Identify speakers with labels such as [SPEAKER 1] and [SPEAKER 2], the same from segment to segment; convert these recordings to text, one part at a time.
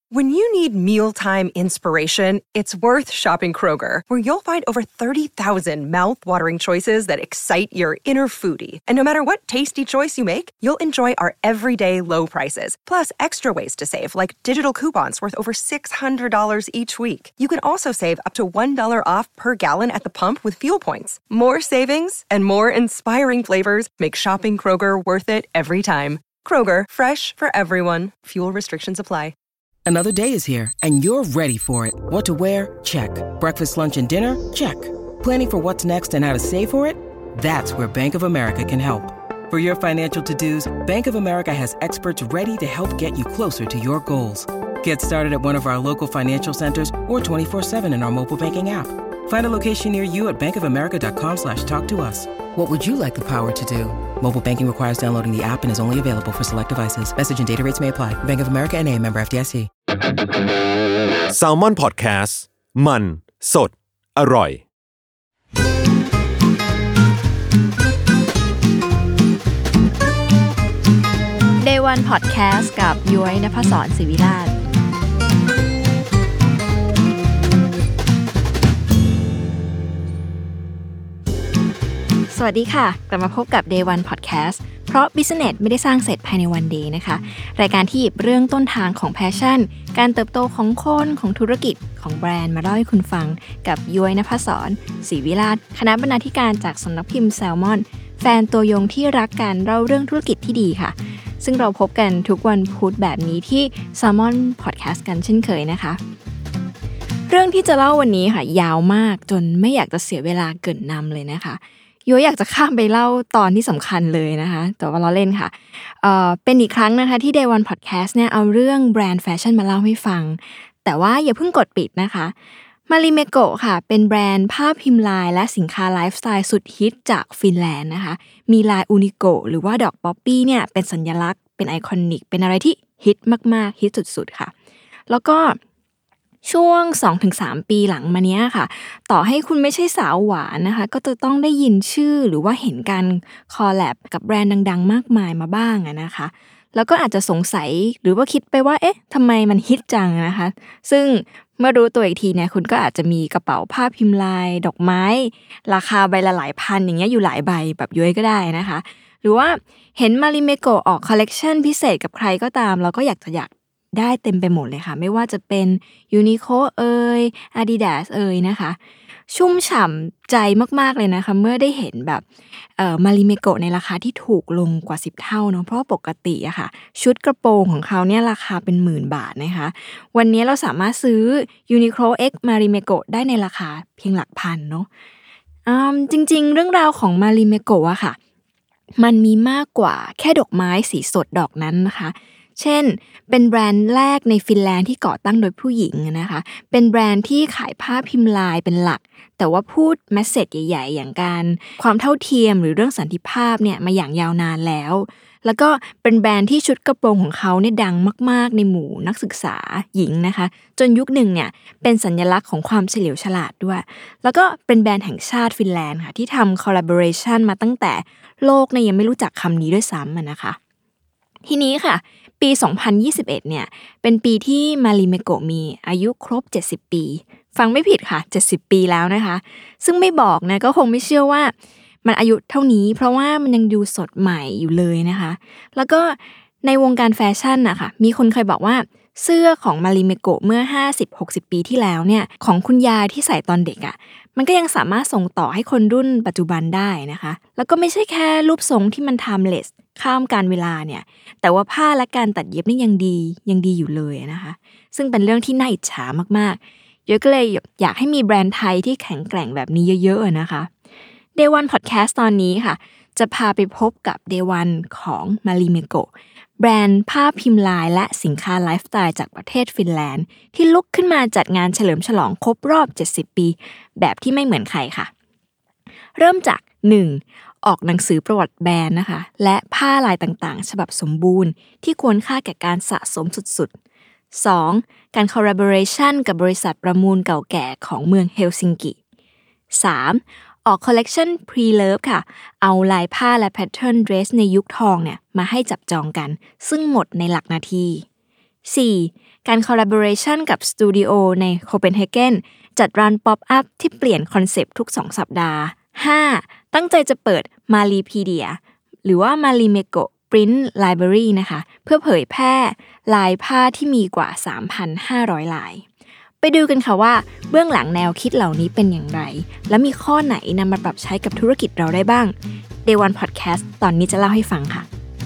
[SPEAKER 1] When you need mealtime inspiration, it's worth shopping Kroger, where you'll find over 30,000 mouth-watering choices that excite your inner foodie. And no matter what tasty choice you make, you'll enjoy our everyday low prices, plus extra ways to save, like digital coupons worth over $600 each week. You can also save up to $1 off per gallon at the pump with fuel points. More savings and more inspiring flavors make shopping Kroger worth it every time. Kroger, fresh for everyone. Fuel restrictions apply.
[SPEAKER 2] Another day is here, and you're ready for it. What to wear? Check. Breakfast, lunch, and dinner? Check. Planning for what's next and how to save for it? That's where Bank of America can help. For your financial to-dos, Bank of America has experts ready to help get you closer to your goals. Get started at one of our local financial centers or 24/7 in our mobile banking app. Find a location near you at bankofamerica.com/talktous. What would you like the power to do? Mobile banking requires downloading the app and is only available for select devices. Message and data rates may apply. Bank of America NA, member FDIC.
[SPEAKER 3] Salmon Podcast มันสดอร่อย
[SPEAKER 4] Day One Podcast กับย้อยณภศร ศิวิราชสวัสดีค่ะกลับมาพบกับ Day One Podcast เพราะ Business ไม่ได้สร้างเสร็จภายในวันเดย์นะคะรายการที่หยิบเรื่องต้นทางของแพชชั่นการเติบโตของคนของธุรกิจของแบรนด์มาเล่าให้คุณฟังกับย้อยณภศร ศิวิราชคณะบรรณาธิการจากสำนักพิมพ์แซลมอนแฟนตัวยงที่รักการเล่าเรื่องธุรกิจที่ดีค่ะซึ่งเราพบกันทุกวันพุธแบบนี้ที่ Salmon Podcast กันเช่นเคยนะคะเรื่องที่จะเล่าวันนี้ค่ะยาวมากจนไม่อยากจะเสียเวลาเกริ่นนำเลยนะคะย้อยอยากจะข้ามไปเล่าตอนที่สำคัญเลยนะคะแต่ว่าเราเล่นค่ะเป็นอีกครั้งนะคะที่ Day One Podcast เนี่ยเอาเรื่องแบรนด์แฟชั่นมาเล่าให้ฟังแต่ว่าอย่าเพิ่งกดปิดนะคะมาริเมโกะค่ะเป็นแบรนด์ผ้าพิมพ์ลายและสินค้าไลฟ์สไตล์สุดฮิตจากฟินแลนด์นะคะมีลายอูนิโกะหรือว่าดอกป๊อปปี้เนี่ยเป็นสัญลักษณ์เป็นไอคอนิกเป็นอะไรที่ฮิตมากๆฮิตสุดๆค่ะแล้วก็ช่วง 2-3 ปีหลังมาเนี้ยค่ะต่อให้คุณไม่ใช่สาวหวานนะคะก็จะต้องได้ยินชื่อหรือว่าเห็นการคอลแลบกับแบรนด์ดังๆมากมายมาบ้างนะคะแล้วก็อาจจะสงสัยหรือว่าคิดไปว่าเอ๊ะทำไมมันฮิตจังนะคะซึ่งเมื่อรู้ตัวอีกทีเนี่ยคุณก็อาจจะมีกระเป๋าผ้าพิมพ์ลายดอกไม้ราคาใบละหลายพันอย่างเงี้ยอยู่หลายใบแบบย้อยก็ได้นะคะหรือว่าเห็นมาริเมโกะออกคอลเลกชันพิเศษกับใครก็ตามเราก็อยากได้เต็มไปหมดเลยค่ะไม่ว่าจะเป็น Uniqlo Adidas นะคะชุ่มฉ่ำใจมากๆเลยนะคะเมื่อได้เห็นแบบมาริเมโกะในราคาที่ถูกลงกว่า10เท่าเนาะเพราะปกติอะค่ะชุดกระโปรงของเขาเนี่ยราคาเป็นหมื่นบาทนะคะวันนี้เราสามารถซื้อ Uniqlo X Marimekko ได้ในราคาเพียงหลักพันเนาะจริงๆเรื่องราวของมาริเมโกะอะค่ะมันมีมากกว่าแค่ดอกไม้สีสดดอกนั้นนะคะเช่นเป็นแบรนด์แรกในฟินแลนด์ที่ก่อตั้งโดยผู้หญิงนะคะเป็นแบรนด์ที่ขายผ้าพิมพ์ลายเป็นหลักแต่ว่าพูดเมสเสจใหญ่ๆอย่างการความเท่าเทียมหรือเรื่องสันติภาพเนี่ยมาอย่างยาวนานแล้วก็เป็นแบรนด์ที่ชุดกระโปรงของเขาเนี่ยดังมากๆในหมู่นักศึกษาหญิงนะคะจนยุคหนึ่งเนี่ยเป็นสัญลักษณ์ของความเฉลียวฉลาดด้วยแล้วก็เป็นแบรนด์แห่งชาติฟินแลนด์ค่ะที่ทำ collaboration มาตั้งแต่โลกเนี่ยยังไม่รู้จักคำนี้ด้วยซ้ำนะคะทีนี้ค่ะปี 2021 เนี่ยเป็นปีที่มาริเมโกะมีอายุครบ70ปีฟังไม่ผิดค่ะ70ปีแล้วนะคะซึ่งไม่บอกนะก็คงไม่เชื่อว่ามันอายุเท่านี้เพราะว่ามันยังดูสดใหม่อยู่เลยนะคะแล้วก็ในวงการแฟชั่นนะคะมีคนเคยบอกว่าเสื้อของมาริเมโกะเมื่อ 50-60 ปีที่แล้วเนี่ยของคุณยายที่ใส่ตอนเด็กมันก็ยังสามารถส่งต่อให้คนรุ่นปัจจุบันได้นะคะแล้วก็ไม่ใช่แค่รูปทรงที่มัน timeless ข้ามกาลเวลาเนี่ยแต่ว่าผ้าและการตัดเย็บนี่ยังดีอยู่เลยนะคะซึ่งเป็นเรื่องที่น่าอิจฉามากๆเยอะก็เลยอยากให้มีแบรนด์ไทยที่แข็งแกร่งแบบนี้เยอะๆนะคะ Day One Podcast ตอนนี้ค่ะจะพาไปพบกับ Day One ของมาริเมโกะแบรนด์ผ้าพิมพ์ลายและสินค้าไลฟ์สไตล์จากประเทศฟินแลนด์ที่ลุกขึ้นมาจัดงานเฉลิมฉลองครบรอบ70ปีแบบที่ไม่เหมือนใครค่ะเริ่มจาก 1. ออกหนังสือประวัติแบรนด์นะคะและผ้าลายต่างๆฉบับสมบูรณ์ที่ควรค่าแก่การสะสมสุดๆ 2. การ collaboration กับบริษัทประมูลเก่าแก่ของเมืองเฮลซิงกิ 3. ออกคอลเลกชัน Pre-Love ค่ะเอาลายผ้าและแพทเทิร์นเดรสในยุคทองเนี่ยมาให้จับจองกันซึ่งหมดในหลักนาที 4. การ collaboration กับสตูดิโอในโคเปนเฮเกนจัดรันป๊อปอัพที่เปลี่ยนคอนเซปต์ทุก2สัปดาห์ 5. ตั้งใจจะเปิด Malipedia หรือว่า Malimeko Print Library นะคะเพื่อเผยแพร่ลายผ้าที่มีกว่า 3,500 ลายไปดูกันค่ะว่าเบื้องหลังแนวคิดเหล่านี้เป็นอย่างไรและมีข้อไหนนำมาปรับใช้กับธุรกิจเราได้บ้าง Day One Podcast ตอนนี้จะเล่าให้ฟังค่ะ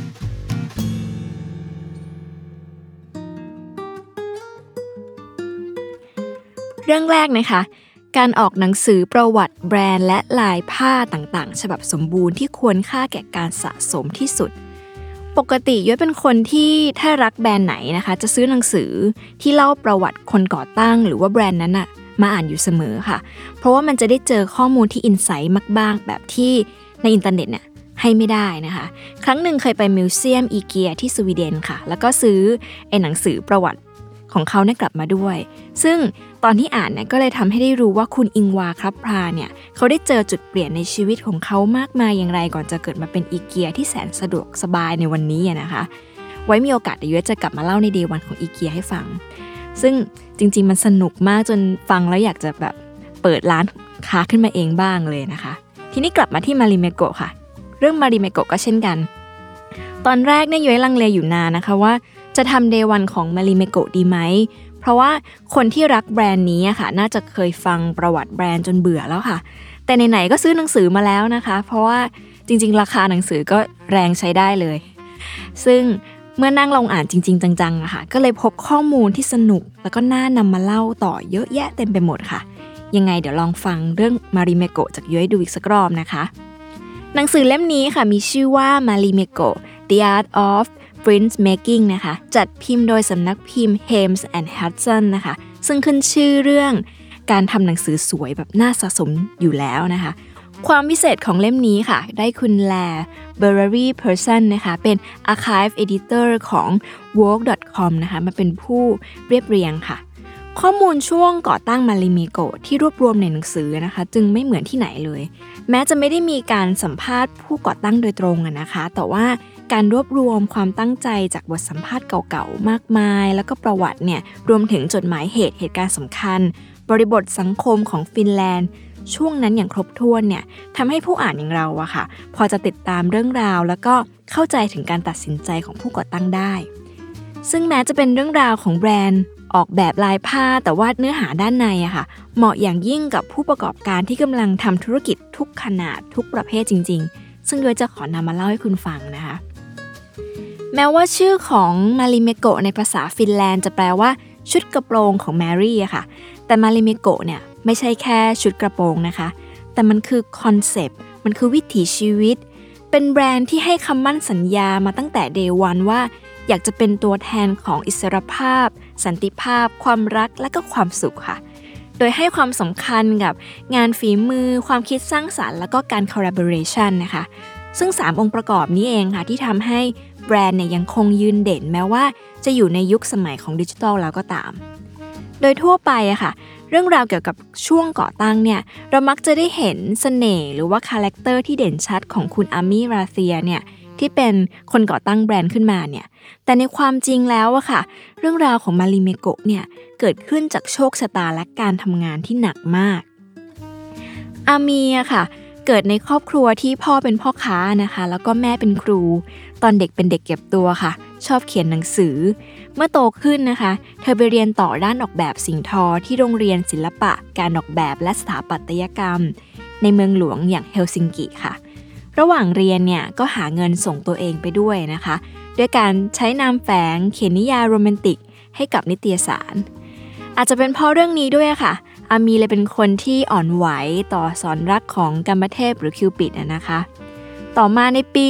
[SPEAKER 4] เรื่องแรกนะคะการออกหนังสือประวัติแบรนด์และลายผ้าต่างๆฉบับสมบูรณ์ที่ควรค่าแก่การสะสมที่สุดปกติย้อยเป็นคนที่ถ้ารักแบรนด์ไหนนะคะจะซื้อหนังสือที่เล่าประวัติคนก่อตั้งหรือว่าแบรนด์นั้นน่ะมาอ่านอยู่เสมอค่ะเพราะว่ามันจะได้เจอข้อมูลที่อินไซต์มากๆแบบที่ในอินเทอร์เน็ตเนี่ยให้ไม่ได้นะคะครั้งหนึ่งเคยไปมิวเซียมอีเกียที่สวีเดนค่ะแล้วก็ซื้อหนังสือประวัติของเขาเนี่ยกลับมาด้วยซึ่งตอนที่อ่านเนี่ยก็เลยทำให้ได้รู้ว่าคุณอิงวาครับพราเนี่ยเขาได้เจอจุดเปลี่ยนในชีวิตของเขามากมายอย่างไรก่อนจะเกิดมาเป็นอีเกียที่แสนสะดวกสบายในวันนี้นะคะไว้มีโอกาสเดี๋ยวจะกลับมาเล่าในเดย์วันของอีเกียให้ฟังซึ่งจริงๆมันสนุกมากจนฟังแล้วอยากจะแบบเปิดร้านค้าขึ้นมาเองบ้างเลยนะคะทีนี้กลับมาที่มาริเมโกะค่ะเรื่องมาริเมโกะก็เช่นกันตอนแรกเนี่ยย้อยลังเลอยู่นานนะคะว่าจะทำ Day 1 ของ Marimekko ดีไหมเพราะว่าคนที่รักแบรนด์นี้ค่ะน่าจะเคยฟังประวัติแบรนด์จนเบื่อแล้วค่ะแต่ไหนๆก็ซื้อหนังสือมาแล้วนะคะเพราะว่าจริงๆราคาหนังสือก็แรงใช้ได้เลยซึ่งเมื่อนั่งลงอ่านจริงๆจังๆอะค่ะก็เลยพบข้อมูลที่สนุกแล้วก็น่านำมาเล่าต่อเยอะแยะเต็มไปหมดค่ะยังไงเดี๋ยวลองฟังเรื่อง Marimekko จากย้อยดูอีกสักรอบนะคะหนังสือเล่มนี้ค่ะมีชื่อว่า Marimekko The Art of Print Making นะคะจัดพิมพ์โดยสำนักพิมพ์ Hames and Hudson นะคะซึ่งขึ้นชื่อเรื่องการทำหนังสือสวยแบบน่าสะสมอยู่แล้วนะคะความพิเศษของเล่มนี้ค่ะได้คุณแลเบอร์รี่เพอร์สันนะคะเป็น Archive Editor ของ Vogue.com นะคะมาเป็นผู้เรียบเรียงค่ะข้อมูลช่วงก่อตั้งมาริเมโกะที่รวบรวมในหนังสือนะคะจึงไม่เหมือนที่ไหนเลยแม้จะไม่ได้มีการสัมภาษณ์ผู้ก่อตั้งโดยตรงนะคะแต่ว่าการรวบรวมความตั้งใจจากบทสัมภาษณ์เก่าๆมากมายแล้วก็ประวัติเนี่ยรวมถึงจดหมายเหตุการณ์สำคัญบริบทสังคมของฟินแลนด์ช่วงนั้นอย่างครบถ้วนเนี่ยทำให้ผู้อ่านอย่างเราอะค่ะพอจะติดตามเรื่องราวแล้วก็เข้าใจถึงการตัดสินใจของผู้ก่อตั้งได้ซึ่งแม้จะเป็นเรื่องราวของแบรนด์ออกแบบลายผ้าแต่ว่าเนื้อหาด้านในอะค่ะเหมาะอย่างยิ่งกับผู้ประกอบการที่กำลังทำธุรกิจทุกขนาดทุกประเภทจริงๆซึ่งด้วยจะขอนำมาเล่าให้คุณฟังนะคะแม้ว่าชื่อของมาริเมโกะในภาษาฟินแลนด์จะแปลว่าชุดกระโปรงของแมรี่อะค่ะแต่มาริเมโกะเนี่ยไม่ใช่แค่ชุดกระโปรงนะคะแต่มันคือคอนเซปต์มันคือวิถีชีวิตเป็นแบรนด์ที่ให้คำมั่นสัญญามาตั้งแต่ Day 1 ว่าอยากจะเป็นตัวแทนของอิสรภาพสันติภาพความรักและก็ความสุขค่ะโดยให้ความสำคัญกับงานฝีมือความคิดสร้างสรรค์แล้วก็การ collaboration นะคะซึ่ง3องค์ประกอบนี้เองค่ะที่ทำให้แบรนด์เนี่ยยังคงยืนเด่นแม้ว่าจะอยู่ในยุคสมัยของดิจิทัลแล้วก็ตามโดยทั่วไปอะค่ะเรื่องราวเกี่ยวกับช่วงก่อตั้งเนี่ยเรามักจะได้เห็นเสน่ห์หรือว่าคาแรคเตอร์ที่เด่นชัดของคุณอามี่ราเซียเนี่ยที่เป็นคนก่อตั้งแบรนด์ขึ้นมาเนี่ยแต่ในความจริงแล้วอะค่ะเรื่องราวของมาริเมโกะเนี่ยเกิดขึ้นจากโชคชะตาและการทำงานที่หนักมากอามี่อะค่ะเกิดในครอบครัวที่พ่อเป็นพ่อค้านะคะแล้วก็แม่เป็นครูตอนเด็กเป็นเด็กเก็บตัวค่ะชอบเขียนหนังสือเมื่อโตขึ้นนะคะเธอไปเรียนต่อด้านออกแบบสิ่งทอที่โรงเรียนศิลปะการออกแบบและสถาปัตยกรรมในเมืองหลวงอย่างเฮลซิงกิค่ะระหว่างเรียนเนี่ยก็หาเงินส่งตัวเองไปด้วยนะคะด้วยการใช้นามแฝงเขียนนิยายโรแมนติกให้กับนิตยสารอาจจะเป็นเพราะเรื่องนี้ด้วยค่ะอามีเลยเป็นคนที่อ่อนไหวต่อสอนรักของกามเทพหรือคิวปิดนะคะต่อมาในปี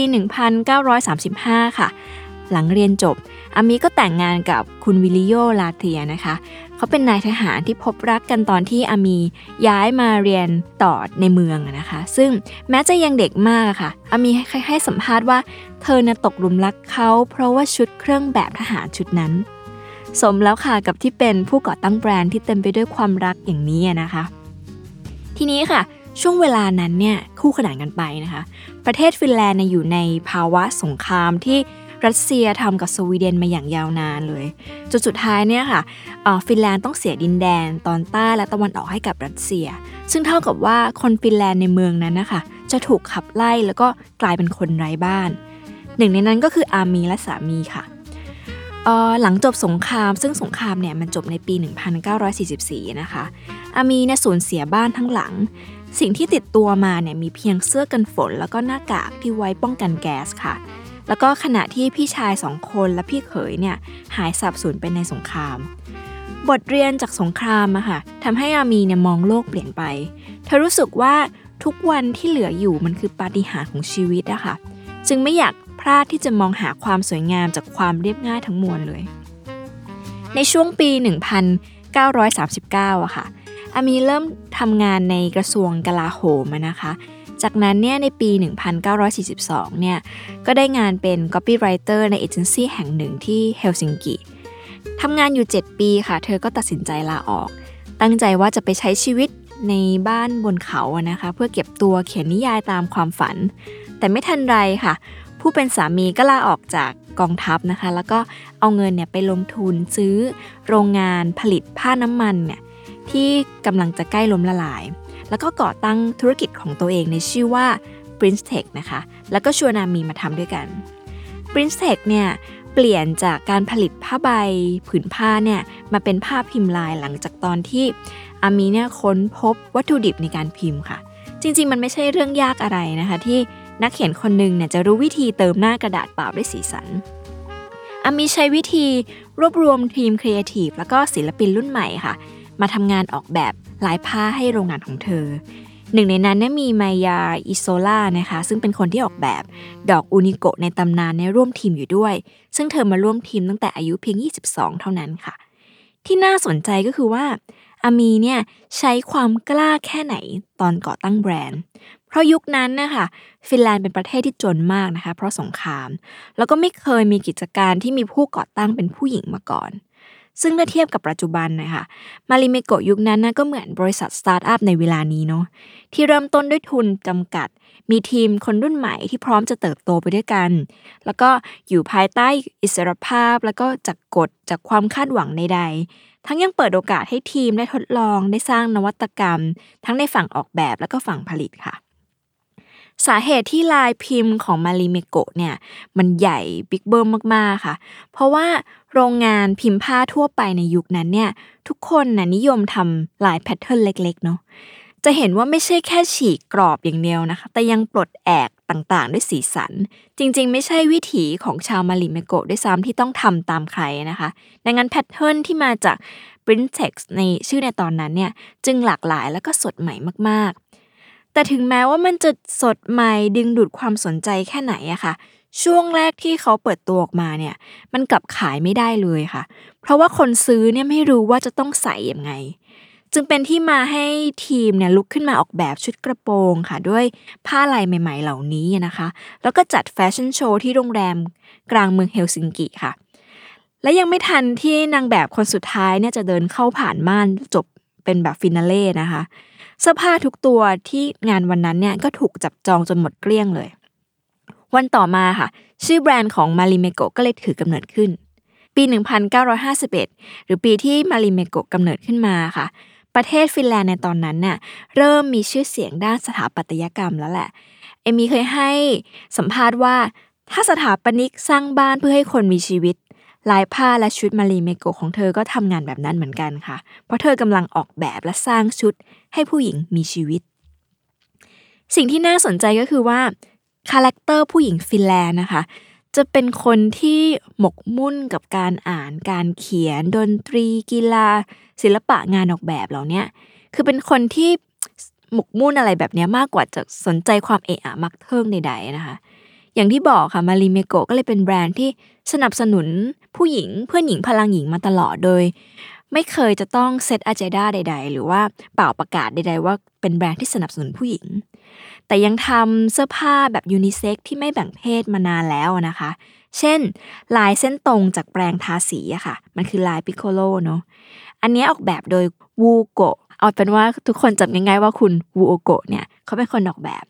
[SPEAKER 4] 1935 ค่ะหลังเรียนจบอามีก็แต่งงานกับคุณวิลิโยลาเทียนะคะเขาเป็นนายทหารที่พบรักกันตอนที่อามีย้ายมาเรียนต่อในเมืองนะคะซึ่งแม้จะยังเด็กมากค่ะอามีให้สัมภาษณ์ว่าเธอตกหลุมรักเขาเพราะว่าชุดเครื่องแบบทหารชุดนั้นสมแล้วค่ะกับที่เป็นผู้ก่อตั้งแบรนด์ที่เต็มไปด้วยความรักอย่างนี้นะคะทีนี้ค่ะช่วงเวลานั้นเนี่ยคู่ขนานกันไปนะคะประเทศฟินแลนด์อยู่ในภาวะสงครามที่รัสเซียทำกับสวีเดนมาอย่างยาวนานเลยจนสุดท้ายเนี่ยค่ะฟินแลนด์ต้องเสียดินแดนตอนใต้และตะวันออกให้กับรัสเซียซึ่งเท่ากับว่าคนฟินแลนด์ในเมืองนั้นนะคะจะถูกขับไล่แล้วก็กลายเป็นคนไร้บ้านหนึ่งในนั้นก็คืออามีและสามีค่ะหลังจบสงครามซึ่งสงครามเนี่ยมันจบในปี 1944 นะคะอามีเนี่ยสูญเสียบ้านทั้งหลังสิ่งที่ติดตัวมาเนี่ยมีเพียงเสื้อกันฝนแล้วก็หน้ากากที่ไว้ป้องกันแก๊สค่ะแล้วก็ขณะที่พี่ชาย2คนและพี่เขยเนี่ยหายสาบสูญไปในสงครามบทเรียนจากสงครามอะค่ะทำให้อามีเนี่ยมองโลกเปลี่ยนไปเธอรู้สึกว่าทุกวันที่เหลืออยู่มันคือปาฏิหาริย์ของชีวิตอะค่ะจึงไม่อยากพลาดที่จะมองหาความสวยงามจากความเรียบง่ายทั้งมวลเลยในช่วงปี 1939 อะค่ะอามีเริ่มทำงานในกระทรวงกลาโหมนะคะจากนั้นเนี่ยในปี 1942 เนี่ยก็ได้งานเป็น copywriter ในเอเจนซี่แห่งหนึ่งที่เฮลซิงกิทำงานอยู่7ปีค่ะเธอก็ตัดสินใจลาออกตั้งใจว่าจะไปใช้ชีวิตในบ้านบนเขาอะนะคะเพื่อเก็บตัวเขียนนิยายตามความฝันแต่ไม่ทันไรค่ะผู้เป็นสามีก็ลาออกจากกองทัพนะคะแล้วก็เอาเงินเนี่ยไปลงทุนซื้อโรงงานผลิตผ้าน้ำมันเนี่ยที่กำลังจะใกล้ล้มละลายแล้วก็ก่อตั้งธุรกิจของตัวเองในชื่อว่า Prince-Tech นะคะแล้วก็ชวนอามีมาทำด้วยกัน Prince-Tech เนี่ยเปลี่ยนจากการผลิตผ้าใบผืนผ้าเนี่ยมาเป็นผ้าพิมพ์ลายหลังจากตอนที่อามีเนี่ยค้นพบวัตถุดิบในการพิมพ์ค่ะจริงๆมันไม่ใช่เรื่องยากอะไรนะคะที่นักเขียนคนหนึ่งเนี่ยจะรู้วิธีเติมหน้ากระดาษเปล่าด้วยสีสันอามีใช้วิธีรวบรวมทีมครีเอทีฟแล้วก็ศิลปินรุ่นใหม่ค่ะมาทำงานออกแบบลายผ้าให้โรงงานของเธอหนึ่งในนั้นเนี่ยมีมายาอิโซล่านะคะซึ่งเป็นคนที่ออกแบบดอกอูนิโกะในตำนานเนี่ยร่วมทีมอยู่ด้วยซึ่งเธอมาร่วมทีมตั้งแต่อายุเพียง22เท่านั้นค่ะที่น่าสนใจก็คือว่าอามีเนี่ยใช้ความกล้าแค่ไหนตอนก่อตั้งแบรนด์เพราะยุคนั้นนะคะฟินแลนด์เป็นประเทศที่จนมากนะคะเพราะสงครามแล้วก็ไม่เคยมีกิจการที่มีผู้ก่อตั้งเป็นผู้หญิงมาก่อนซึ่งถ้าเทียบกับปัจจุบันนะคะมาริเมโกะยุคนั้นนะก็เหมือนบริษัทสตาร์ทอัพในเวลานี้เนาะที่เริ่มต้นด้วยทุนจำกัดมีทีมคนรุ่นใหม่ที่พร้อมจะเติบโตไปด้วยกันแล้วก็อยู่ภายใต้อิสรภาพแล้วก็จากกฎจากความคาดหวังใดๆทั้งยังเปิดโอกาสให้ทีมได้ทดลองได้สร้างนวัตกรรมทั้งในฝั่งออกแบบแล้วก็ฝั่งผลิตค่ะสาเหตุที่ลายพิมพ์ของมาริเมโกะเนี่ยมันใหญ่บิ๊กเบิ้มมากๆค่ะเพราะว่าโรงงานพิมพ์ผ้าทั่วไปในยุคนั้นเนี่ยทุกคนน่ะนิยมทำลายแพทเทิร์นเล็กๆเนาะจะเห็นว่าไม่ใช่แค่ฉีกกรอบอย่างเดียวนะคะแต่ยังปลดแอกต่างๆด้วยสีสันจริงๆไม่ใช่วิถีของชาวมาริเมโกะด้วยซ้ำที่ต้องทำตามใครนะคะดังนั้นแพทเทิร์นที่มาจาก Prince-Tech ในชื่อในตอนนั้นเนี่ยจึงหลากหลายแล้วก็สดใหม่มากๆแต่ถึงแม้ว่ามันจะสดใหม่ดึงดูดความสนใจแค่ไหนอะค่ะช่วงแรกที่เขาเปิดตัวออกมาเนี่ยมันกลับขายไม่ได้เลยค่ะเพราะว่าคนซื้อเนี่ยไม่รู้ว่าจะต้องใส่ยังไงจึงเป็นที่มาให้ทีมเนี่ยลุกขึ้นมาออกแบบชุดกระโปรงค่ะด้วยผ้าลายใหม่ๆเหล่านี้นะคะแล้วก็จัดแฟชั่นโชว์ที่โรงแรมกลางเมืองเฮลซิงกิค่ะและยังไม่ทันที่นางแบบคนสุดท้ายเนี่ยจะเดินเข้าผ่านม่านจบเป็นแบบฟินาเล่นะคะเสื้อผ้าทุกตัวที่งานวันนั้นเนี่ยก็ถูกจับจองจนหมดเกลี้ยงเลยวันต่อมาค่ะชื่อแบรนด์ของมาริเมโกะก็เลยถือกำเนิดขึ้นปี 1951 หรือปีที่มาริเมโกะกำเนิดขึ้นมาค่ะประเทศฟินแลนด์ในตอนนั้นเนี่ยเริ่มมีชื่อเสียงด้านสถาปัตยกรรมแล้วแหละเอมี่เคยให้สัมภาษณ์ว่าถ้าสถาปนิกสร้างบ้านเพื่อให้คนมีชีวิตลายผ้าและชุดมาริเมโกะของเธอก็ทำงานแบบนั้นเหมือนกันค่ะเพราะเธอกำลังออกแบบและสร้างชุดให้ผู้หญิงมีชีวิตสิ่งที่น่าสนใจก็คือว่าคาแรคเตอร์ผู้หญิงฟินแลนด์นะคะจะเป็นคนที่หมกมุ่นกับการอ่านการเขียนดนตรีกีฬาศิลปะงานออกแบบเหล่านี้คือเป็นคนที่หมกมุ่นอะไรแบบนี้มากกว่าจะสนใจความเอะอะมักเทิงใดๆนะคะอย่างที่บอกค่ะมาริเมโกะก็เลยเป็นแบรนด์ที่สนับสนุนผู้หญิงเพื่อนหญิงพลังหญิงมาตลอดโดยไม่เคยจะต้องเซตอะเจนดาใดๆหรือว่าเป่าประกาศใดๆว่าเป็นแบรนด์ที่สนับสนุนผู้หญิงแต่ยังทำเสื้อผ้าแบบยูนิเซ็กที่ไม่แบ่งเพศมานานแล้วนะคะเช่นลายเส้นตรงจากแปรงทาสีอะค่ะมันคือลายปิโคโลเนาะอันนี้ออกแบบโดยวูโกะเอาเป็นว่าทุกคนจำง่ายๆว่าคุณวูโอโกะเนี่ยเขาเป็นคนออกแบบ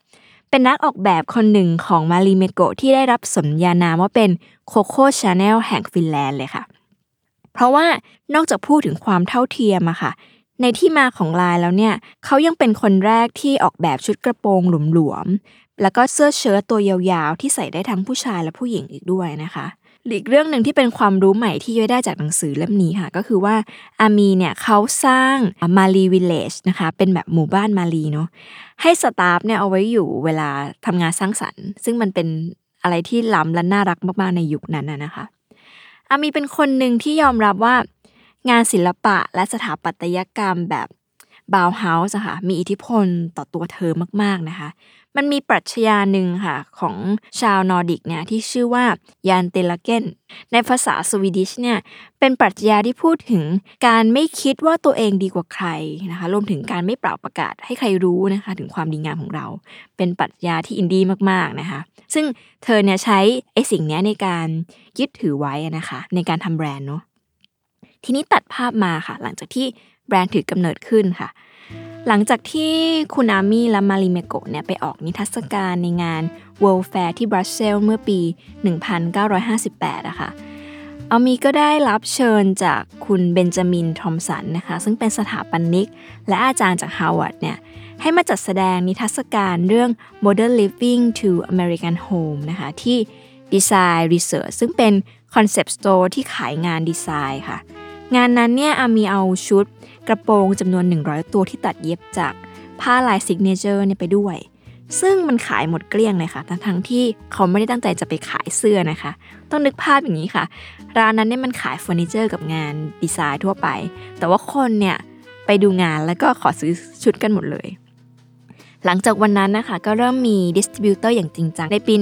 [SPEAKER 4] เป็นนักออกแบบคนหนึ่งของมาริเมโกะที่ได้รับสมญานามว่าเป็นโคโค่ชาแนลแห่งฟินแลนด์เลยค่ะเพราะว่านอกจากพูดถึงความเท่าเทียมอะค่ะในที่มาของลายแล้วเนี่ยเขายังเป็นคนแรกที่ออกแบบชุดกระโปรงหลวมๆแล้วก็เสื้อเชิ้ตตัวยาวๆที่ใส่ได้ทั้งผู้ชายและผู้หญิงอีกด้วยนะคะอีกเรื่องหนึ่งที่เป็นความรู้ใหม่ที่ย้อยได้จากหนังสือเล่มนี้ค่ะก็คือว่าอามีเนี่ยเขาสร้างมาลีวิลเลจนะคะเป็นแบบหมู่บ้านมาลีเนาะให้สตาฟเนี่ยเอาไว้อยู่เวลาทำงานสร้างสรรค์ซึ่งมันเป็นอะไรที่ล้ำและน่ารักมากๆในยุคนั้นนะคะอามีเป็นคนหนึ่งที่ยอมรับว่างานศิลปะและสถาปัตยกรรมแบบบาวเฮาส์ค่ะมีอิทธิพลต่อตัวเธอมากๆนะคะมันมีปรัชญาหนึ่งค่ะของชาวนอร์ดิกเนี่ยที่ชื่อว่ายานเตลเกนในภาษาสวีดิชเนี่ยเป็นปรัชญาที่พูดถึงการไม่คิดว่าตัวเองดีกว่าใครนะคะรวมถึงการไม่เปล่าประกาศให้ใครรู้นะคะถึงความดีงามของเราเป็นปรัชญาที่อินดี้มากๆนะคะซึ่งเธอเนี่ยใช้ไอ้สิ่งนี้ในการยึดถือไว้นะคะในการทำแบรนด์เนาะทีนี้ตัดภาพมาค่ะหลังจากที่แบรนด์ถือกำเนิดขึ้นค่ะหลังจากที่คุณอามี่และมาริเมโกะเนี่ยไปออกนิทรรศการในงาน World Fair ที่บรัสเซลส์เมื่อปี 1958อะค่ะอามี่ก็ได้รับเชิญจากคุณเบนจามินทอมสันนะคะซึ่งเป็นสถาปนิกและอาจารย์จากฮาร์วาร์ดเนี่ยให้มาจัดแสดงนิทรรศการเรื่อง Modern Living to American Home นะคะที่ Design Research ซึ่งเป็น Concept Store ที่ขายงานดีไซน์ค่ะงานนั้นเนี่ยอามีเอาชุดกระโปรงจำนวน100ตัวที่ตัดเย็บจากผ้าลายซิกเนเจอร์เนี่ยไปด้วยซึ่งมันขายหมดเกลี้ยงเลยค่ะทั้งที่เขาไม่ได้ตั้งใจจะไปขายเสื้อนะคะต้องนึกภาพอย่างนี้ค่ะร้านนั้นเนี่ยมันขายเฟอร์นิเจอร์กับงานดีไซน์ทั่วไปแต่ว่าคนเนี่ยไปดูงานแล้วก็ขอซื้อชุดกันหมดเลยหลังจากวันนั้นนะคะก็เริ่มมีดิสติบิวเตอร์อย่างจริงจังในปี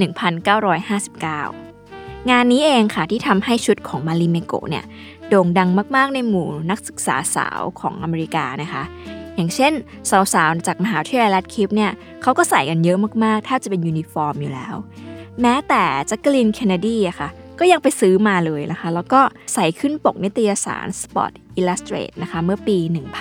[SPEAKER 4] 1959 งานนี้เองค่ะที่ทำให้ชุดของมาริเมโกะเนี่ยโด่งดังมากๆในหมู่นักศึกษาสาวของอเมริกานะคะอย่างเช่นสาวๆจากมหาวิทยาลัยรัฐคิปเนี่ยเขาก็ใส่กันเยอะมากๆแทบจะเป็นยูนิฟอร์มอยู่แล้วแม้แต่แจ็คเกอรีนเคนเนดีอะค่ะก็ยังไปซื้อมาเลยนะคะแล้วก็ใส่ขึ้นปกนิตยสาร Sport Illustrated นะคะเมื่อปี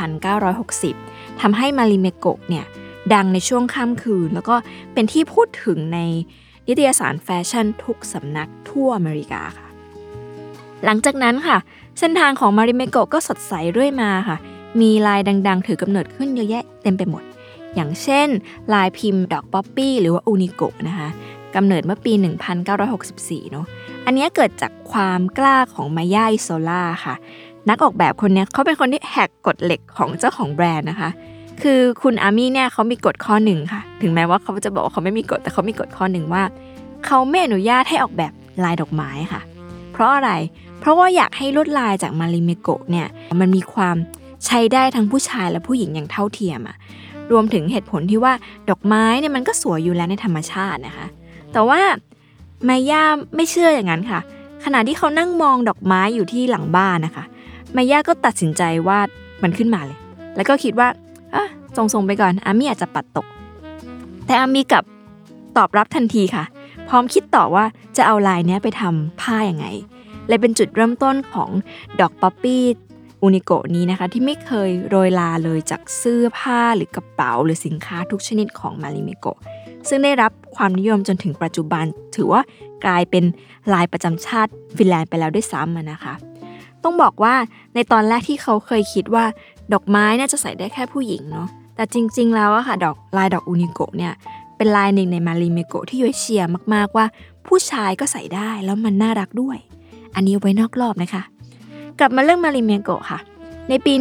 [SPEAKER 4] 1960 ทำให้มาริเมโกะเนี่ยดังในช่วงค่ำคืนแล้วก็เป็นที่พูดถึงในนิตยสารแฟชั่นทุกสำนักทั่วอเมริกาค่ะหลังจากนั้นค่ะเส้นทางของมาริเมโกะก็สดใสเรื่อยมาค่ะมีลายดังๆถือกำเนิดขึ้นเยอะแยะเต็มไปหมดอย่างเช่นลายพิมพ์ดอกป๊อปปี้หรือว่าอูนิโกะนะคะกำเนิดเมื่อปี 1964 เนาะอันนี้เกิดจากความกล้าของมายาอิโซล่าค่ะนักออกแบบคนนี้เขาเป็นคนที่แหกกฎเหล็กของเจ้าของแบรนด์นะคะคือคุณอามี่เนี่ยเขามีกฎข้อหนึ่งค่ะถึงแม้ว่าเขาจะบอกว่าเขาไม่มีกฎแต่เขามีกฎข้อหนึ่งว่าเขาไม่อนุญาตให้ออกแบบลายดอกไม้ค่ะเพราะอะไรเพราะว่าอยากให้ลวดลายจากมาริเมโกะเนี่ยมันมีความใช้ได้ทั้งผู้ชายและผู้หญิงอย่างเท่าเทียมอ่ะรวมถึงเหตุผลที่ว่าดอกไม้เนี่ยมันก็สวยอยู่แล้วในธรรมชาตินะคะแต่ว่าไมย่าไม่เชื่ออย่างนั้นค่ะขณะที่เขานั่งมองดอกไม้อยู่ที่หลังบ้านนะคะไมย่าก็ตัดสินใจวาดมันขึ้นมาเลยแล้วก็คิดว่าทรงๆไปก่อนอามี่อาจจะปัดตกแต่อามี่กลับตอบรับทันทีค่ะพร้อมคิดต่อว่าจะเอาลายนี้ไปทำผ้ายังไงเลยเป็นจุดเริ่มต้นของดอกป๊อปปี้อูนิโกะนี้นะคะที่ไม่เคยโรยลาเลยจากเสื้อผ้าหรือกระเป๋าหรือสินค้าทุกชนิดของมาริเมโกะซึ่งได้รับความนิยมจนถึงปัจจุบันถือว่ากลายเป็นลายประจำชาติฟินแลนด์ไปแล้วด้วยซ้ำนะคะต้องบอกว่าในตอนแรกที่เขาเคยคิดว่าดอกไม้น่าจะใส่ได้แค่ผู้หญิงเนาะแต่จริงๆแล้วอะค่ะลายดอกอูนิโกะเนี่ยเป็นลายหนึ่งในมาริเมโกะที่ย้อยเชียร์มากๆว่าผู้ชายก็ใส่ได้แล้วมันน่ารักด้วยอันนี้ไว้นอกรอบนะคะกลับมาเรื่องมาริเมโกะค่ะในปี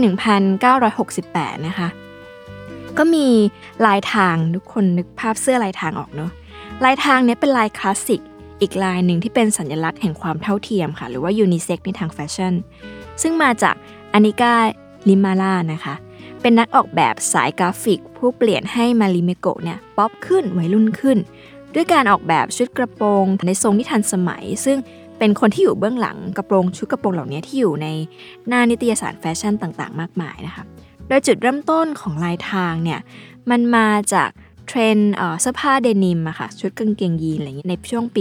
[SPEAKER 4] 1968 นะคะก็มีลายทางทุกคนนึกภาพเสื้อลายทางออกเนาะลายทางนี้เป็นลายคลาสสิกอีกลายหนึ่งที่เป็นสัญลักษณ์แห่งความเท่าเทียมค่ะหรือว่ายูนิเซ็กซ์ในทางแฟชั่นซึ่งมาจากอานิก้าลิมาล่านะคะเป็นนักออกแบบสายกราฟิกผู้เปลี่ยนให้มาริเมโกะเนี่ยป๊อปขึ้นวัยรุ่นขึ้นด้วยการออกแบบชุดกระโปรงในทรงที่ทันสมัยซึ่งเป็นคนที่อยู่เบื้องหลังชุดกระโปรงเหล่านี้ที่อยู่ในหน้านิตยสารแฟชั่นต่างๆมากมายนะคะโดยจุดเริ่มต้นของลายทางเนี่ยมันมาจากเทรนด์เสื้อผ้าเดนิมอะค่ะชุดกางเกงยีนอะไรอย่างนี้ในช่วงปี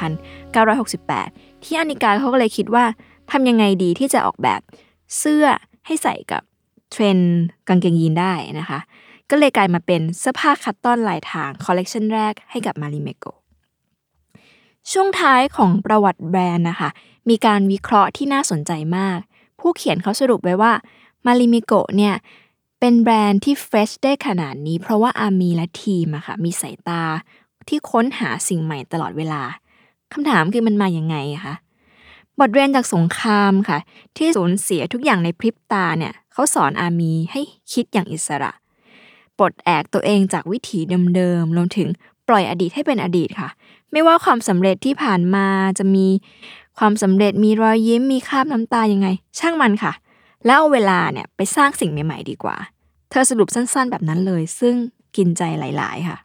[SPEAKER 4] 1968 ที่อานิกาเขาก็เลยคิดว่าทำยังไงดีที่จะออกแบบเสื้อให้ใส่กับเทรนด์กางเกงยีนได้นะคะก็เลยกลายมาเป็นเสื้อผ้าคัตตอนลายทางคอลเลกชันแรกให้กับ Marimekko ช่วงท้ายของประวัติแบรนด์นะคะมีการวิเคราะห์ที่น่าสนใจมากผู้เขียนเขาสรุปไว้ว่า Marimekko เนี่ยเป็นแบรนด์ที่เฟรชได้ขนาดนี้เพราะว่าอามีและทีมอะค่ะมีสายตาที่ค้นหาสิ่งใหม่ตลอดเวลาคำถามคือมันมาอย่างไงคะบทเรียนจากสงครามค่ะที่สูญเสียทุกอย่างในพริบตาเนี่ยเขาสอนอามีให้คิดอย่างอิสระปลดแอกตัวเองจากวิถีเดิมๆรวมถึงปล่อยอดีตให้เป็นอดีตค่ะไม่ว่าความสำเร็จที่ผ่านมาจะมีความสำเร็จมีรอยยิ้มมีคราบน้ำตายังไงช่างมันค่ะแล้วเอาเวลาเนี่ยไปสร้างสิ่งใหม่ๆดีกว่าเธอสรุปสั้นๆแบบนั้นเลยซึ่งกินใจหลายๆค่ะ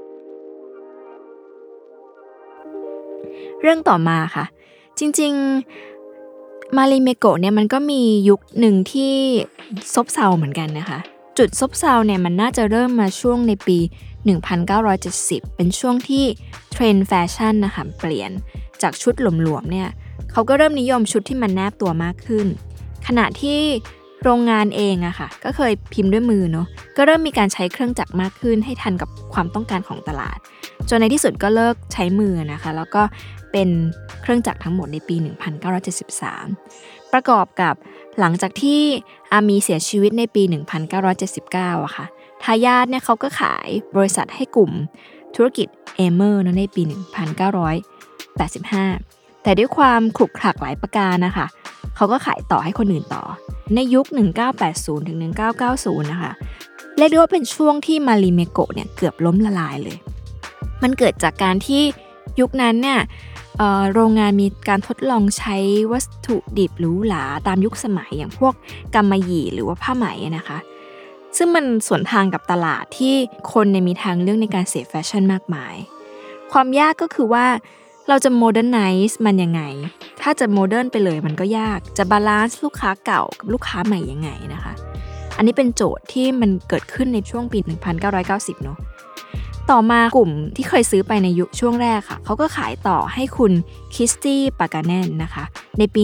[SPEAKER 4] เรื่องต่อมาค่ะจริงๆMarimekkoเนี่ยมันก็มียุคหนึ่งที่ซบเซาเหมือนกันนะคะจุดซบเซาเนี่ยมันน่าจะเริ่มมาช่วงในปี1970เป็นช่วงที่เทรนด์แฟชั่นนะคะเปลี่ยนจากชุดหลวมๆเนี่ยเขาก็เริ่มนิยมชุดที่มันแนบตัวมากขึ้นขณะที่โรงงานเองอะค่ะก็เคยพิมพ์ด้วยมือเนาะก็เริ่มมีการใช้เครื่องจักรมากขึ้นให้ทันกับความต้องการของตลาดจนในที่สุดก็เลิกใช้มือนะคะแล้วก็เป็นเครื่องจักรทั้งหมดในปี1973ประกอบกับหลังจากที่อามีเสียชีวิตในปี1979อะค่ะทายาทเนี่ยเขาก็ขายบริษัทให้กลุ่มธุรกิจเอเมอร์ในปี1985แต่ด้วยความขรุขระหลายประการนะคะเขาก็ขายต่อให้คนอื่นต่อในยุค1980ถึง1990นะคะเรียกได้ว่าเป็นช่วงที่Marimekkoเนี่ยเกือบล้มละลายเลยมันเกิดจากการที่ยุคนั้นเนี่ยโรงงานมีการทดลองใช้วัตถุดิบหรูหราตามยุคสมัยอย่างพวกกำมะหยี่หรือว่าผ้าไหมนะคะซึ่งมันสวนทางกับตลาดที่คนมีทางเลือกในการเสพแฟชั่นมากมายความยากก็คือว่าเราจะโมเดิร์นไนซ์มันยังไงถ้าจะโมเดิร์นไปเลยมันก็ยากจะบาลานซ์ลูกค้าเก่ากับลูกค้าใหม่ยังไงนะคะอันนี้เป็นโจทย์ที่มันเกิดขึ้นในช่วงปี1990เนาะต่อมากลุ่มที่เคยซื้อไปในยุคช่วงแรกค่ะเขาก็ขายต่อให้คุณคิสตี้ปากาเนนนะคะในปี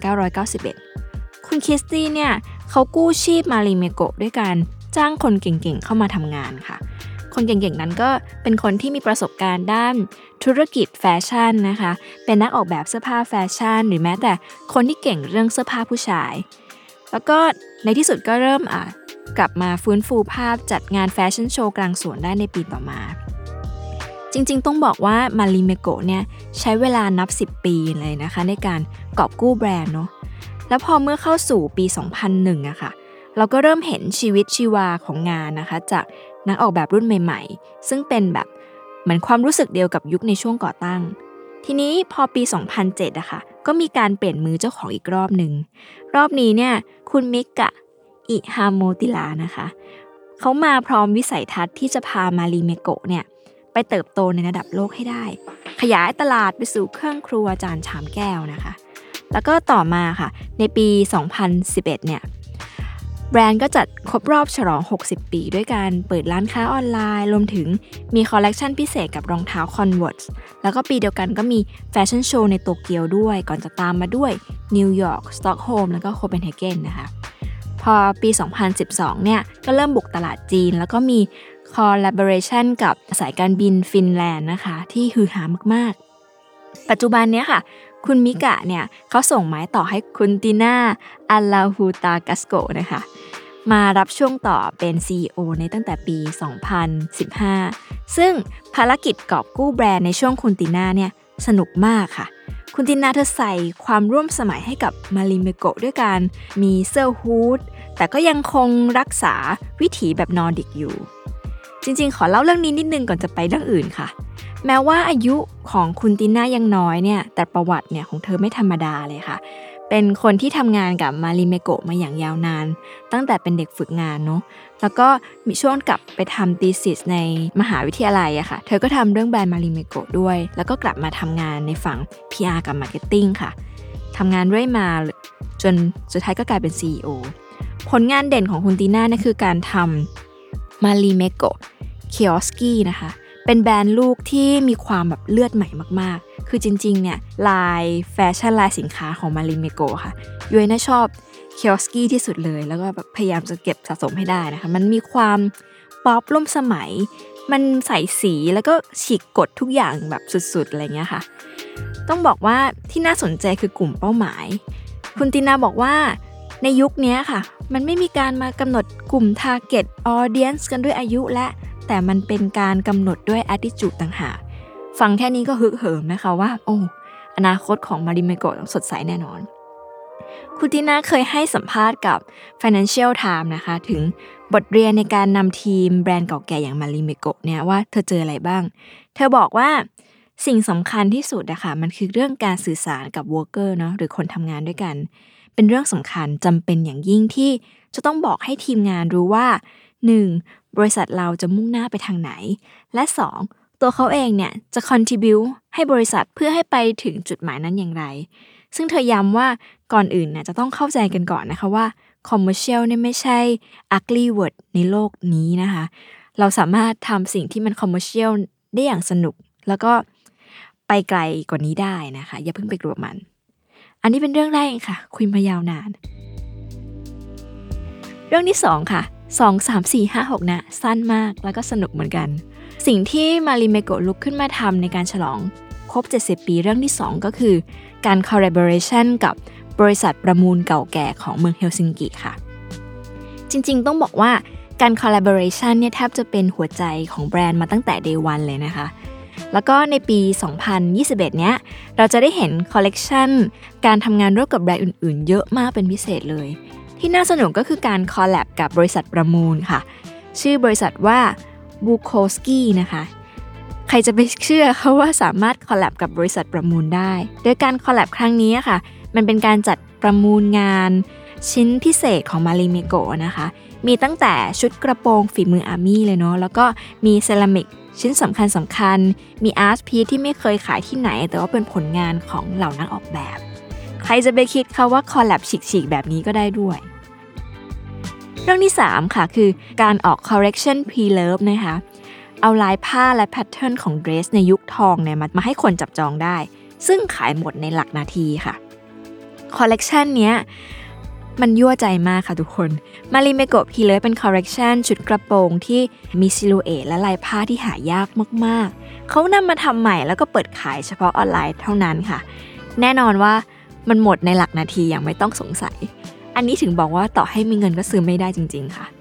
[SPEAKER 4] 1991คุณคิสตี้เนี่ยเขากู้ชีพMarimekkoด้วยการจ้างคนเก่งๆเข้ามาทำงานค่ะคนเก่งๆนั้นก็เป็นคนที่มีประสบการณ์ด้านธุรกิจแฟชั่นนะคะเป็นนักออกแบบเสื้อผ้าแฟชั่นหรือแม้แต่คนที่เก่งเรื่องเสื้อผ้าผู้ชายแล้วก็ในที่สุดก็เริ่มกลับมาฟื้นฟูภาพจัดงานแฟชั่นโชว์กลางสวนได้ในปีต่อมาจริงๆต้องบอกว่าMarimekkoเนี่ยใช้เวลานับ10ปีเลยนะคะในการกอบกู้แบรนด์เนาะแล้วพอเมื่อเข้าสู่ปี2001อะค่ะเราก็เริ่มเห็นชีวิตชีวาของงานนะคะจากนักออกแบบรุ่นใหม่ๆซึ่งเป็นแบบเหมือนความรู้สึกเดียวกับยุคในช่วงก่อตั้งทีนี้พอปี2007อะค่ะก็มีการเปลี่ยนมือเจ้าของอีกรอบนึงรอบนี้เนี่ยคุณมิกะอิฮาโมติลานะคะเขามาพร้อมวิสัยทัศน์ที่จะพาMarimekkoเนี่ยไปเติบโตในระดับโลกให้ได้ขยายตลาดไปสู่เครื่องครัวจานชามแก้วนะคะแล้วก็ต่อมาค่ะในปี2011เนี่ยแบรนด์ก็จัดครบรอบฉลอง60ปีด้วยการเปิดร้านค้าออนไลน์รวมถึงมีคอลเลกชันพิเศษกับรองเท้า Converse แล้วก็ปีเดียวกันก็มีแฟชั่นโชว์ในโตเกียวด้วยก่อนจะตามมาด้วยนิวยอร์กสต็อกโฮล์มแล้วก็โคเปนเฮเกนนะคะพอปี2012เนี่ยก็เริ่มบุกตลาดจีนแล้วก็มีcollaboration กับสายการบินฟินแลนด์นะคะที่ฮือฮามากๆปัจจุบันเนี้ยค่ะคุณมิกะเนี่ยเขาส่งไม้ต่อให้คุณติน่าอัลลาฮูตากัสโกนะคะมารับช่วงต่อเป็น CEO ในตั้งแต่ปี2015ซึ่งภารกิจกอบกู้แบรนด์ในช่วงคุณติน่าเนี่ยสนุกมากค่ะคุณติน่าเธอใส่ความร่วมสมัยให้กับMarimekkoด้วยการมีเสื้อฮู้ดแต่ก็ยังคงรักษาวิถีแบบนอร์ดิกอยู่จริงๆขอเล่าเรื่องนี้นิดนึงก่อนจะไปเรื่องอื่นค่ะแม้ว่าอายุของคุณติน่ายังน้อยเนี่ยแต่ประวัติเนี่ยของเธอไม่ธรรมดาเลยค่ะเป็นคนที่ทำงานกับMarimekkoมาอย่างยาวนานตั้งแต่เป็นเด็กฝึกงานเนาะแล้วก็มีช่วงกลับไปทำ thesis ในมหาวิทยาลัยอะค่ะเธอก็ทำเรื่องแบรนด์Marimekkoด้วยแล้วก็กลับมาทำงานในฝั่ง PR กับ Marketing ค่ะทำงานเรื่อยมาจนสุดท้ายก็กลายเป็น CEO ผลงานเด่นของคุณติน่าเนี่ยคือการทำMarimekko Kioski นะคะเป็นแบรนด์ลูกที่มีความแบบเลือดใหม่มากๆคือจริงๆเนี่ยลายแฟชั่นลายสินค้าของMarimekkoค่ะยุ้ยน่าชอบKioskiที่สุดเลยแล้วก็แบบพยายามจะเก็บสะสมให้ได้นะคะมันมีความป๊อปร่วมสมัยมันใส่สีแล้วก็ฉีกกฎทุกอย่างแบบสุดๆอะไรเงี้ยค่ะต้องบอกว่าที่น่าสนใจคือกลุ่มเป้าหมายคุณตินาบอกว่าในยุคนี้ค่ะมันไม่มีการมากำหนดกลุ่ม target audience กันด้วยอายุและแต่มันเป็นการกำหนดด้วย attitude ต่างหากฟังแค่นี้ก็ฮึกเหิมนะคะว่าโอ้อนาคตของมาริเมโกะสดใสแน่นอนคุณตินาเคยให้สัมภาษณ์กับ Financial Times นะคะถึงบทเรียนในการนำทีมแบรนด์เก่าแก่อย่างมาริเมโกะเนี่ยว่าเธอเจออะไรบ้างเธอบอกว่าสิ่งสำคัญที่สุดนะคะมันคือเรื่องการสื่อสารกับ worker เนาะหรือคนทำงานด้วยกันเป็นเรื่องสำคัญจำเป็นอย่างยิ่งที่จะต้องบอกให้ทีมงานรู้ว่า 1. บริษัทเราจะมุ่งหน้าไปทางไหนและ 2. ตัวเขาเองเนี่ยจะ contribute ให้บริษัทเพื่อให้ไปถึงจุดหมายนั้นอย่างไรซึ่งเธอย้ำว่าก่อนอื่นเนี่ยจะต้องเข้าใจกันก่อนนะคะว่า commercial เนี่ยไม่ใช่ ugly word ในโลกนี้นะคะเราสามารถทำสิ่งที่มัน commercial ได้อย่างสนุกแล้วก็ไปไกลกว่านี้ได้นะคะอย่าเพิ่งไปกลัวมันอันนี้เป็นเรื่องแรกค่ะคุยมายาวนานเรื่องที่2ค่ะ2 3 4 5 6นะสั้นมากแล้วก็สนุกเหมือนกันสิ่งที่มาริเมโกะลุกขึ้นมาทำในการฉลองครบ70ปีเรื่องที่2ก็คือการ collaboration กับบริษัทประมูลเก่าแก่ของเมืองเฮลซิงกิค่ะจริงๆต้องบอกว่าการ collaboration เนี่ยแทบจะเป็นหัวใจของแบรนด์มาตั้งแต่ day one เลยนะคะแล้วก็ในปี 2021 เนี้ยเราจะได้เห็นคอลเลกชันการทำงานร่วมกับแบรนด์อื่นๆเยอะมากเป็นพิเศษเลยที่น่าสนุกก็คือการคอลแลบกับบริษัทประมูลค่ะชื่อบริษัทว่าบูโคสกี้นะคะใครจะไปเชื่อเขาว่าสามารถคอลแลบกับบริษัทประมูลได้โดยการคอลแลบครั้งนี้ค่ะมันเป็นการจัดประมูลงานชิ้นพิเศษของมาริเมโกะนะคะมีตั้งแต่ชุดกระโปรงฝีมืออาร์มี่เลยเนาะแล้วก็มีเซรามิกชิ้นสำคัญมีอาร์ตพีซที่ไม่เคยขายที่ไหนแต่ว่าเป็นผลงานของเหล่านักออกแบบใครจะไปคิดค่ะว่าคอลแลบฉีกๆแบบนี้ก็ได้ด้วยเรื่องที่3ค่ะคือการออก correction pre-love นะคะเอาลายผ้าและแพทเทิร์นของเดรสในยุคทองเนี่ยมาให้คนจับจองได้ซึ่งขายหมดในหลักนาทีค่ะคอลเลกชันเนี้ยมันยั่วใจมากค่ะทุกคนมาริเมโกะพีเลยเป็นคอลเลกชันชุดกระโปรงที่มีซิลูเอทและลายผ้าที่หายากมากๆเขานำมาทำใหม่แล้วก็เปิดขายเฉพาะออนไลน์เท่านั้นค่ะแน่นอนว่ามันหมดในหลักนาทีอย่างไม่ต้องสงสัยอันนี้ถึงบอกว่าต่อให้มีเงินก็ซื้อไม่ได้จริงๆค่ะ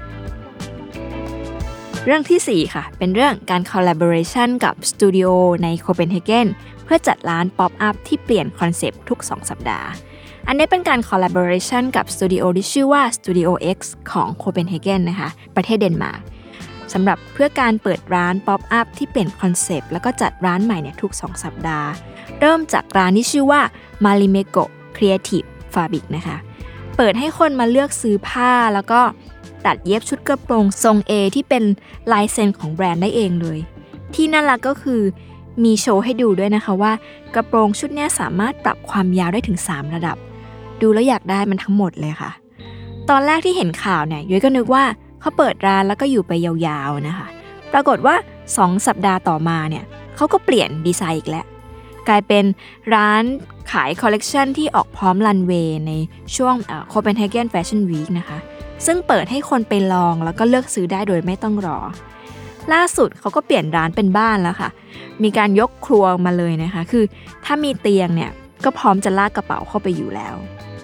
[SPEAKER 4] เรื่องที่4ค่ะเป็นเรื่องการ collaboration กับสตูดิโอในโคเปนเฮเกนเพื่อจัดร้านป๊อปอัพที่เปลี่ยนคอนเซปต์ทุก2สัปดาห์อันนี้เป็นการ collaboration กับสตูดิโอที่ชื่อว่า Studio X ของโคเปนเฮเกนนะคะประเทศเดนมาร์กสำหรับเพื่อการเปิดร้านป๊อปอัพที่เปลี่ยนคอนเซปต์แล้วก็จัดร้านใหม่เนี่ยทุก2สัปดาห์เริ่มจากร้านที่ชื่อว่า Marimekko Creative Fabric นะคะเปิดให้คนมาเลือกซื้อผ้าแล้วก็ตัดเย็บชุดกระโปรงทรง A ที่เป็นลายเซ็นของแบรนด์ได้เองเลยที่น่ารักก็คือมีโชว์ให้ดูด้วยนะคะว่ากระโปรงชุดนี้สามารถปรับความยาวได้ถึง3ระดับดูแล้วอยากได้มันทั้งหมดเลยค่ะตอนแรกที่เห็นข่าวเนี่ยย้อยก็นึกว่าเขาเปิดร้านแล้วก็อยู่ไปยาวๆนะคะปรากฏว่า2สัปดาห์ต่อมาเนี่ยเขาก็เปลี่ยนดีไซน์อีกแล้วกลายเป็นร้านขายคอลเลกชันที่ออกพร้อมรันเวย์ในช่วงCopenhagen Fashion Week นะคะซึ่งเปิดให้คนไปลองแล้วก็เลือกซื้อได้โดยไม่ต้องรอล่าสุดเขาก็เปลี่ยนร้านเป็นบ้านแล้วค่ะมีการยกครัวมาเลยนะคะคือถ้ามีเตียงเนี่ยก็พร้อมจะลากกระเป๋าเข้าไปอยู่แล้ว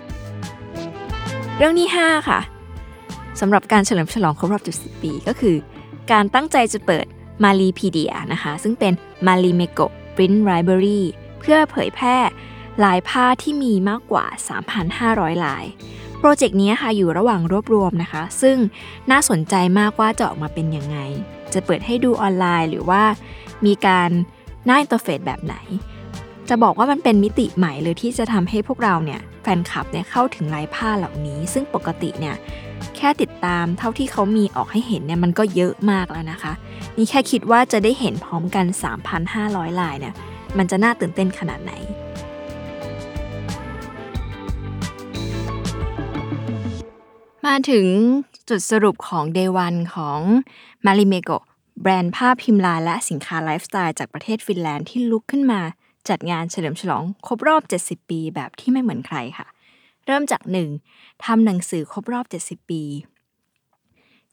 [SPEAKER 4] เรื่องที่5ค่ะสำหรับการเฉลิมฉลองครบรอบ70ปีก็คือการตั้งใจจะเปิด Maripedia นะคะซึ่งเป็น Marimekko Print Library เพื่อเผยแพร่ลายผ้าที่มีมากกว่า 3,500 ลายโปรเจกต์นี้ค่ะอยู่ระหว่างรวบรวมนะคะซึ่งน่าสนใจมากว่าจะออกมาเป็นยังไงจะเปิดให้ดูออนไลน์หรือว่ามีการหน้าอินเทอร์เฟซแบบไหนจะบอกว่ามันเป็นมิติใหม่เลยที่จะทำให้พวกเราเนี่ยแฟนคลับเนี่ยเข้าถึงลายผ้าเหล่านี้ซึ่งปกติเนี่ยแค่ติดตามเท่าที่เขามีออกให้เห็นเนี่ยมันก็เยอะมากแล้วนะคะนี่แค่คิดว่าจะได้เห็นพร้อมกัน 3,500 ลายเนี่ยมันจะน่าตื่นเต้นขนาดไหนมาถึงจุดสรุปของ Day 1 ของ Marimekko แบรนด์ผ้าพิมพ์ลายและสินค้าไลฟ์สไตล์จากประเทศฟินแลนด์ที่ลุกขึ้นมาจัดงานเฉลิมฉลองครบรอบ70ปีแบบที่ไม่เหมือนใครค่ะเริ่มจาก 1. ทำหนังสือครบรอบ70ปี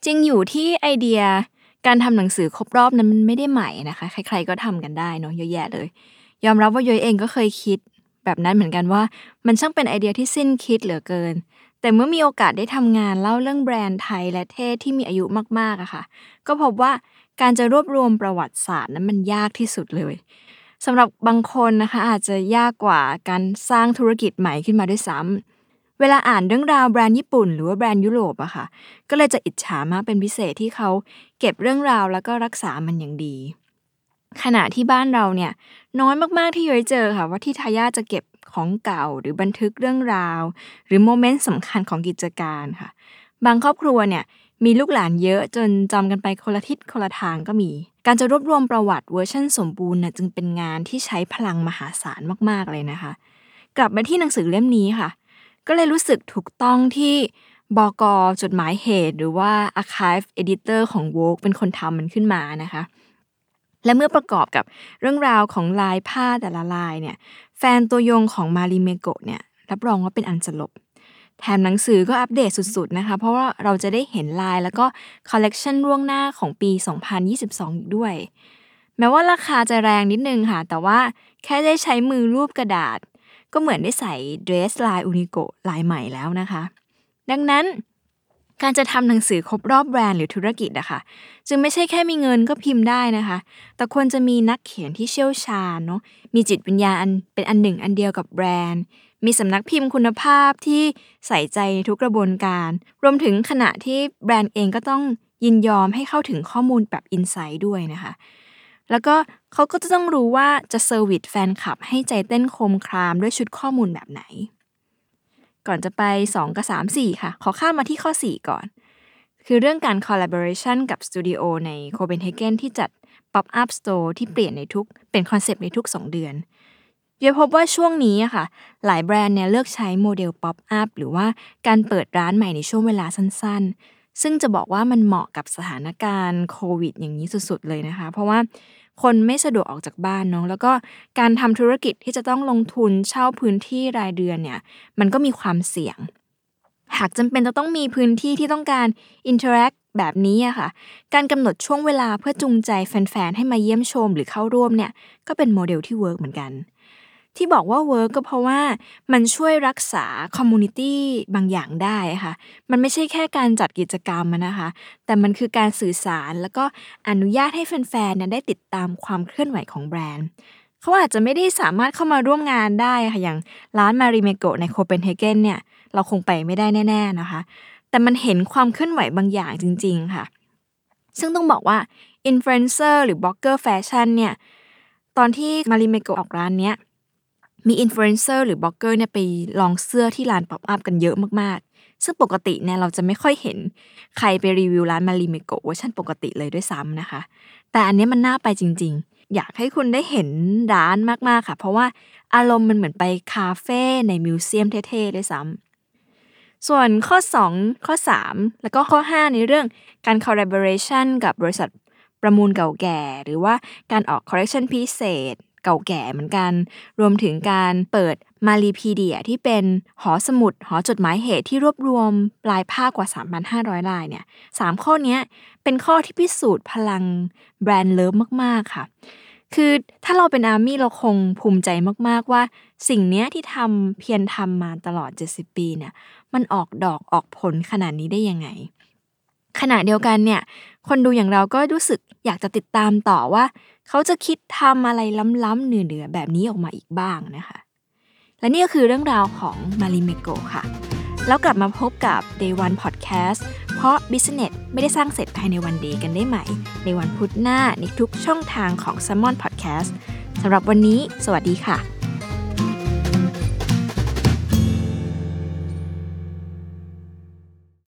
[SPEAKER 4] จริงอยู่ที่ไอเดียการทำหนังสือครบรอบนั้นมันไม่ได้ใหม่นะคะใครๆก็ทำกันได้เนาะเยอะแยะเลยยอมรับว่าย้อยเองก็เคยคิดแบบนั้นเหมือนกันว่ามันช่างเป็นไอเดียที่สิ้นคิดเหลือเกินแต่เมื่อมีโอกาสได้ทำงานเล่าเรื่องแบรนด์ไทยและเท่ที่มีอายุมากๆอะค่ะก็พบว่าการจะรวบรวมประวัติศาสตร์นั้นมันยากที่สุดเลยสำหรับบางคนนะคะอาจจะยากกว่าการสร้างธุรกิจใหม่ขึ้นมาด้วยซ้ำเวลาอ่านเรื่องราวแบรนด์ญี่ปุ่นหรือว่าแบรนด์ยุโรปอะค่ะก็เลยจะอิจฉามากเป็นพิเศษที่เขาเก็บเรื่องราวแล้วก็รักษามันอย่างดีขณะที่บ้านเราเนี่ยน้อยมากๆที่ย้อยเจอค่ะว่าที่ทายาทจะเก็บของเก่าหรือบันทึกเรื่องราวหรือโมเมนต์สำคัญของกิจการค่ะบางครอบครัวเนี่ยมีลูกหลานเยอะจนจำกันไปคนละทิศคนละทางก็มีการจะรวบรวมประวัติเวอร์ชันสมบูรณ์น่ะจึงเป็นงานที่ใช้พลังมหาศาลมากๆเลยนะคะกลับมาที่หนังสือเล่มนี้ค่ะก็เลยรู้สึกถูกต้องที่บก.จดหมายเหตุหรือว่า Archive Editor ของ Vogue เป็นคนทำมันขึ้นมานะคะและเมื่อประกอบกับเรื่องราวของลายผ้าแต่ละลายเนี่ยแฟนตัวยงของมาริเมโกะเนี่ยรับรองว่าเป็นอันสลบแถมหนังสือก็อัปเดตสุดๆนะคะเพราะว่าเราจะได้เห็นลายแล้วก็คอลเลกชันล่วงหน้าของปี 2022 อีกด้วยแม้ว่าราคาจะแรงนิดนึงค่ะแต่ว่าแค่ได้ใช้มือรูปกระดาษก็เหมือนได้ใส่เดรสลายอูนิโกะลายใหม่แล้วนะคะดังนั้นการจะทำหนังสือครบรอบแบรนด์หรือธุรกิจอะค่ะจึงไม่ใช่แค่มีเงินก็พิมพ์ได้นะคะแต่ควรจะมีนักเขียนที่เชี่ยวชาญเนาะมีจิตวิญญาณเป็นอันหนึ่งอันเดียวกับแบรนด์มีสำนักพิมพ์คุณภาพที่ใส่ใจทุกกระบวนการรวมถึงขณะที่แบรนด์เองก็ต้องยินยอมให้เข้าถึงข้อมูลแบบอินไซต์ด้วยนะคะแล้วก็เขาก็จะต้องรู้ว่าจะเซอร์วิสแฟนคลับให้ใจเต้นโคมครามด้วยชุดข้อมูลแบบไหนก่อนจะไป2กับ3 4ค่ะขอข้ามมาที่ข้อ4ก่อนคือเรื่องการ collaboration กับสตูดิโอในโคเปนเฮเกนที่จัด pop up store ที่เปลี่ยนเป็นคอนเซปต์ในทุก2 เดือนเดี๋ยวพบว่าช่วงนี้อะค่ะหลายแบรนด์เนี่ยเลือกใช้โมเดล pop up หรือว่าการเปิดร้านใหม่ในช่วงเวลาสั้นๆซึ่งจะบอกว่ามันเหมาะกับสถานการณ์โควิดอย่างนี้สุดๆเลยนะคะเพราะว่าคนไม่สะดวกออกจากบ้านเนาะแล้วก็การทำธุรกิจที่จะต้องลงทุนเช่าพื้นที่รายเดือนเนี่ยมันก็มีความเสี่ยงหากจำเป็นจะต้องมีพื้นที่ที่ต้องการอินเทอร์แอคแบบนี้อะค่ะการกำหนดช่วงเวลาเพื่อจูงใจแฟนๆให้มาเยี่ยมชมหรือเข้าร่วมเนี่ยก็เป็นโมเดลที่เวิร์กเหมือนกันที่บอกว่าเวิร์กก็เพราะว่ามันช่วยรักษาคอมมูนิตี้บางอย่างได้ค่ะมันไม่ใช่แค่การจัดกิจกรรมนะคะแต่มันคือการสื่อสารแล้วก็อนุญาตให้แฟนๆเนี่ยได้ติดตามความเคลื่อนไหวของแบรนด์เขาอาจจะไม่ได้สามารถเข้ามาร่วมงานได้ค่ะอย่างร้านมาริเมโกะในโคเปนเฮเกนเนี่ยเราคงไปไม่ได้แน่ๆนะคะแต่มันเห็นความเคลื่อนไหวบางอย่างจริงๆค่ะซึ่งต้องบอกว่าอินฟลูเอนเซอร์หรือบล็อกเกอร์แฟชั่นเนี่ยตอนที่มาริเมโกะออกร้านเนี้ยมีอินฟลูเอนเซอร์หรือบล็อกเกอร์เนี่ยไปลองเสื้อที่ร้านป๊อปอัพกันเยอะมากๆซึ่งปกติเนี่ยเราจะไม่ค่อยเห็นใครไปรีวิวร้านมาริเมโกะเวอร์ชันปกติเลยด้วยซ้ำนะคะแต่อันนี้มันน่าไปจริงๆอยากให้คุณได้เห็นร้านมากๆค่ะเพราะว่าอารมณ์มันเหมือนไปคาเฟ่ในมิวเซียมเท่ๆด้วยซ้ำส่วนข้อ2ข้อ3แล้วก็ข้อ5ในเรื่องการ collaboration กับบริษัทประมูลเก่าแก่หรือว่าการออก collection พิเศษเก่าแก่เหมือนกันรวมถึงการเปิดมารีพีเดียที่เป็นหอสมุดหอจดหมายเหตุที่รวบรวมลายผ้ากว่า 3,500 ลายเนี่ย3ข้อนี้เป็นข้อที่พิสูจน์พลังแบรนด์เลิฟมากๆค่ะคือถ้าเราเป็นอาร์มี่เราคงภูมิใจมากๆว่าสิ่งนี้ที่เพียรทำมาตลอด70 ปีเนี่ยมันออกดอกออกผลขนาดนี้ได้ยังไงขณะเดียวกันเนี่ยคนดูอย่างเราก็รู้สึกอยากจะติดตามต่อว่าเขาจะคิดทำอะไรล้ำๆเหนือๆแบบนี้ออกมาอีกบ้างนะคะและนี่ก็คือเรื่องราวของมาริเมโกะค่ะแล้วกลับมาพบกับ Day One Podcast เพราะ Business ไม่ได้สร้างเสร็จภายในวันเดียวกันได้ใหม่ในวันพุธหน้าในทุกช่องทางของ Salmon Podcast สำหรับวันนี้สวัสดีค่ะ